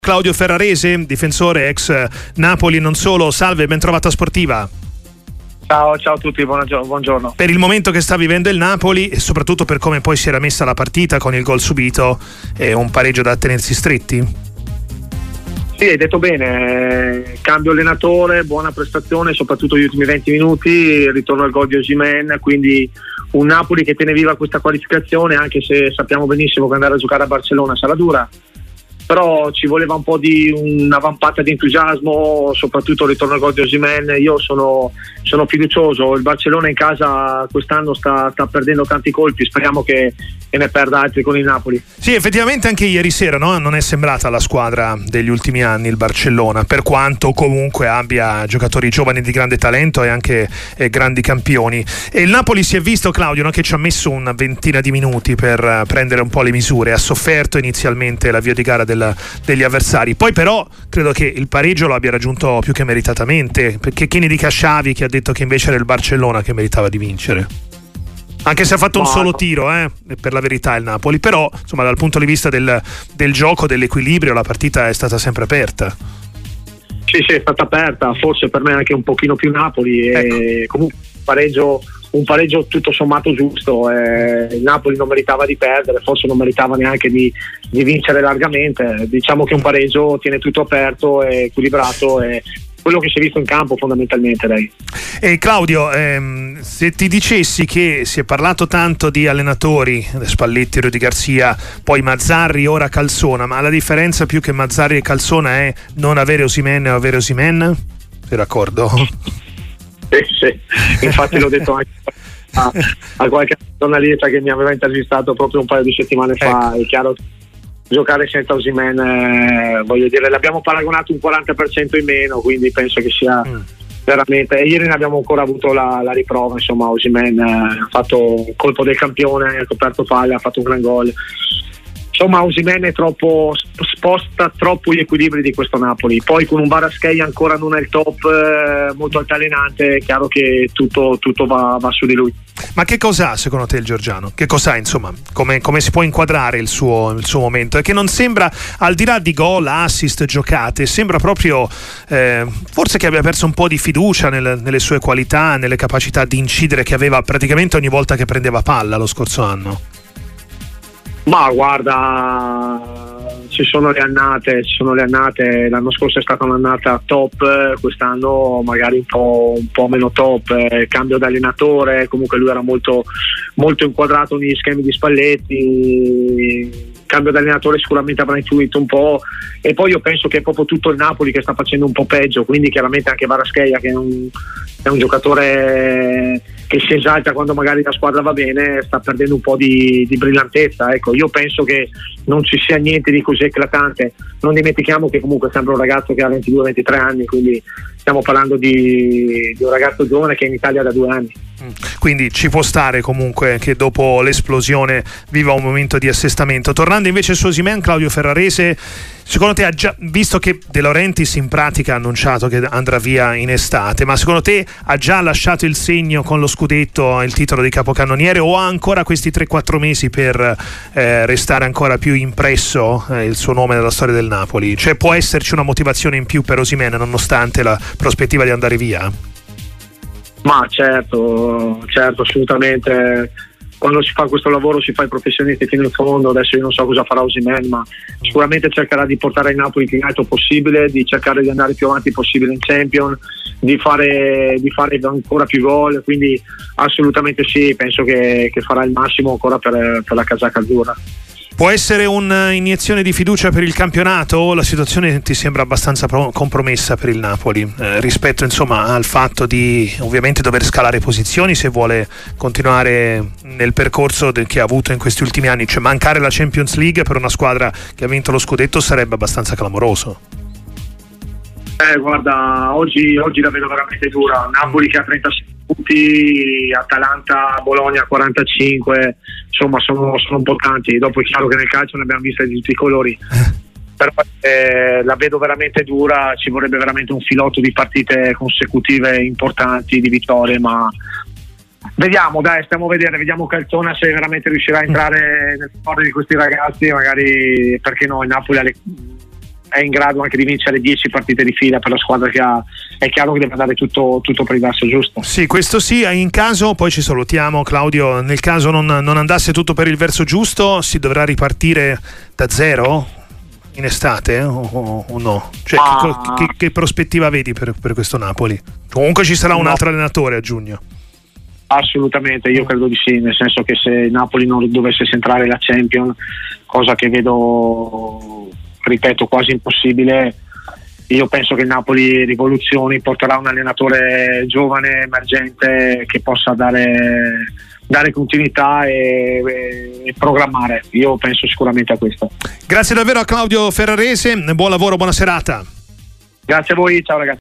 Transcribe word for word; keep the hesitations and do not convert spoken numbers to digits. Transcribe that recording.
Claudio Ferrarese, difensore ex Napoli, non solo. Salve, ben trovata Sportiva. Ciao, ciao a tutti, buongiorno, buongiorno. Per il momento che sta vivendo il Napoli e soprattutto per come poi si era messa la partita con il gol subito e un pareggio da tenersi stretti? Sì, hai detto bene, cambio allenatore, buona prestazione, soprattutto gli ultimi venti minuti, ritorno al gol di Osimhen, quindi un Napoli che tiene viva questa qualificazione, anche se sappiamo benissimo che andare a giocare a Barcellona sarà dura. Però ci voleva un po' di una vampata di entusiasmo, soprattutto il ritorno al gol di Osimhen. Io sono, sono fiducioso, il Barcellona in casa quest'anno sta, sta perdendo tanti colpi, speriamo che, che ne perda altri con il Napoli. Sì, effettivamente anche ieri sera, no? Non è sembrata la squadra degli ultimi anni il Barcellona, per quanto comunque abbia giocatori giovani di grande talento e anche eh, grandi campioni. E il Napoli si è visto, Claudio, no? Che ci ha messo una ventina di minuti per prendere un po' le misure, ha sofferto inizialmente l'avvio di gara del degli avversari, poi però credo che il pareggio lo abbia raggiunto più che meritatamente, perché chi ne dica Xavi che ha detto che invece era il Barcellona che meritava di vincere, anche se ha fatto un solo tiro eh, per la verità il Napoli, però insomma dal punto di vista del, del gioco, dell'equilibrio, la partita è stata sempre aperta. Sì, sì, è stata aperta, forse per me anche un pochino più Napoli, ecco. E comunque pareggio un pareggio tutto sommato giusto, eh, il Napoli non meritava di perdere, forse non meritava neanche di, di vincere largamente, diciamo che un pareggio tiene tutto aperto e equilibrato, e quello che si è visto in campo fondamentalmente. Dai. E Claudio, ehm, se ti dicessi che si è parlato tanto di allenatori, Spalletti, Rudy Garcia, poi Mazzarri, ora Calzona, ma la differenza più che Mazzarri e Calzona è non avere Osimhen o avere Osimhen? Sei d'accordo? Sì, sì. Infatti l'ho detto anche a, a qualche giornalista che mi aveva intervistato proprio un paio di settimane fa, ecco. È chiaro che giocare senza Osimhen, eh, voglio dire, l'abbiamo paragonato un quaranta per cento in meno, quindi penso che sia mm. veramente, e ieri ne abbiamo ancora avuto la, la riprova, insomma. Osimhen eh, ha fatto un colpo del campione, ha coperto palla, ha fatto un gran gol. Insomma, Osimhen è troppo, sposta troppo gli equilibri di questo Napoli. Poi con un Kvaratskhelia ancora non è il top, eh, molto altalenante, è chiaro che tutto, tutto va, va su di lui. Ma che cos'ha secondo te il Giorgiano? Che cos'ha, insomma? Come, come si può inquadrare il suo, il suo momento? È che non sembra, al di là di gol, assist, giocate, sembra proprio eh, forse che abbia perso un po' di fiducia nel, nelle sue qualità, nelle capacità di incidere che aveva praticamente ogni volta che prendeva palla lo scorso anno. Ma guarda, ci sono le annate, ci sono le annate, l'anno scorso è stata un'annata top, quest'anno magari un po', un po' meno top, eh, cambio d'allenatore, comunque lui era molto, molto inquadrato negli schemi di Spalletti, cambio d'allenatore sicuramente avrà influito un po', e poi io penso che è proprio tutto il Napoli che sta facendo un po' peggio, quindi chiaramente anche Kvaratskhelia, che è un, è un giocatore che si esalta quando magari la squadra va bene, sta perdendo un po' di, di brillantezza. Ecco, io penso che non ci sia niente di così eclatante. Non dimentichiamo che comunque sembra un ragazzo che ha ventidue ventitré anni, quindi stiamo parlando di, di un ragazzo giovane che è in Italia da due anni. Quindi ci può stare comunque che dopo l'esplosione viva un momento di assestamento. Tornando invece su Osimhen, Claudio Ferrarese, secondo te ha già, visto che De Laurentiis in pratica ha annunciato che andrà via in estate, ma secondo te ha già lasciato il segno con lo scudetto, il titolo di capocannoniere, o ha ancora questi tre quattro mesi per eh, restare ancora più impresso eh, il suo nome nella storia del Napoli? Cioè può esserci una motivazione in più per Osimhen nonostante la prospettiva di andare via? Ma certo, certo, assolutamente. Quando si fa questo lavoro si fa i professionisti fino in fondo. Adesso io non so cosa farà Osimhen, ma sicuramente cercherà di portare il Napoli il più in alto possibile, di cercare di andare più avanti possibile in Champions, di fare, di fare ancora più gol, quindi assolutamente sì, penso che, che farà il massimo ancora per, per la casacca azzurra. Può essere un'iniezione di fiducia per il campionato, o la situazione ti sembra abbastanza pro- compromessa per il Napoli eh, rispetto insomma al fatto di ovviamente dover scalare posizioni se vuole continuare nel percorso de- che ha avuto in questi ultimi anni? Cioè mancare la Champions League per una squadra che ha vinto lo scudetto sarebbe abbastanza clamoroso. Eh, guarda, oggi, oggi la vedo veramente dura. Napoli che ha trentasei punti, Atalanta, Bologna quarantacinque, insomma sono, sono un po' tanti. Dopo è chiaro che nel calcio ne abbiamo viste di tutti i colori, però eh, la vedo veramente dura, ci vorrebbe veramente un filotto di partite consecutive importanti, di vittorie, ma vediamo, dai, stiamo a vedere, vediamo Calzona se veramente riuscirà a entrare nel cuore di questi ragazzi, magari, perché no, il Napoli ha le è in grado anche di vincere dieci partite di fila per la squadra che ha. È chiaro che deve andare tutto, tutto per il verso giusto. Sì, questo sì. In caso, poi ci salutiamo Claudio, nel caso non, non andasse tutto per il verso giusto, si dovrà ripartire da zero in estate o, o no? Cioè, ah. che, che, che prospettiva vedi per, per questo Napoli? Comunque ci sarà un no. altro allenatore a giugno. Assolutamente, io credo di sì, nel senso che se Napoli non dovesse centrare la Champions, cosa che vedo, ripeto, quasi impossibile, io penso che il Napoli rivoluzioni, porterà un allenatore giovane, emergente, che possa dare, dare continuità e, e programmare. Io penso sicuramente a questo. Grazie davvero a Claudio Ferrarese, buon lavoro, buona serata. Grazie a voi, ciao ragazzi.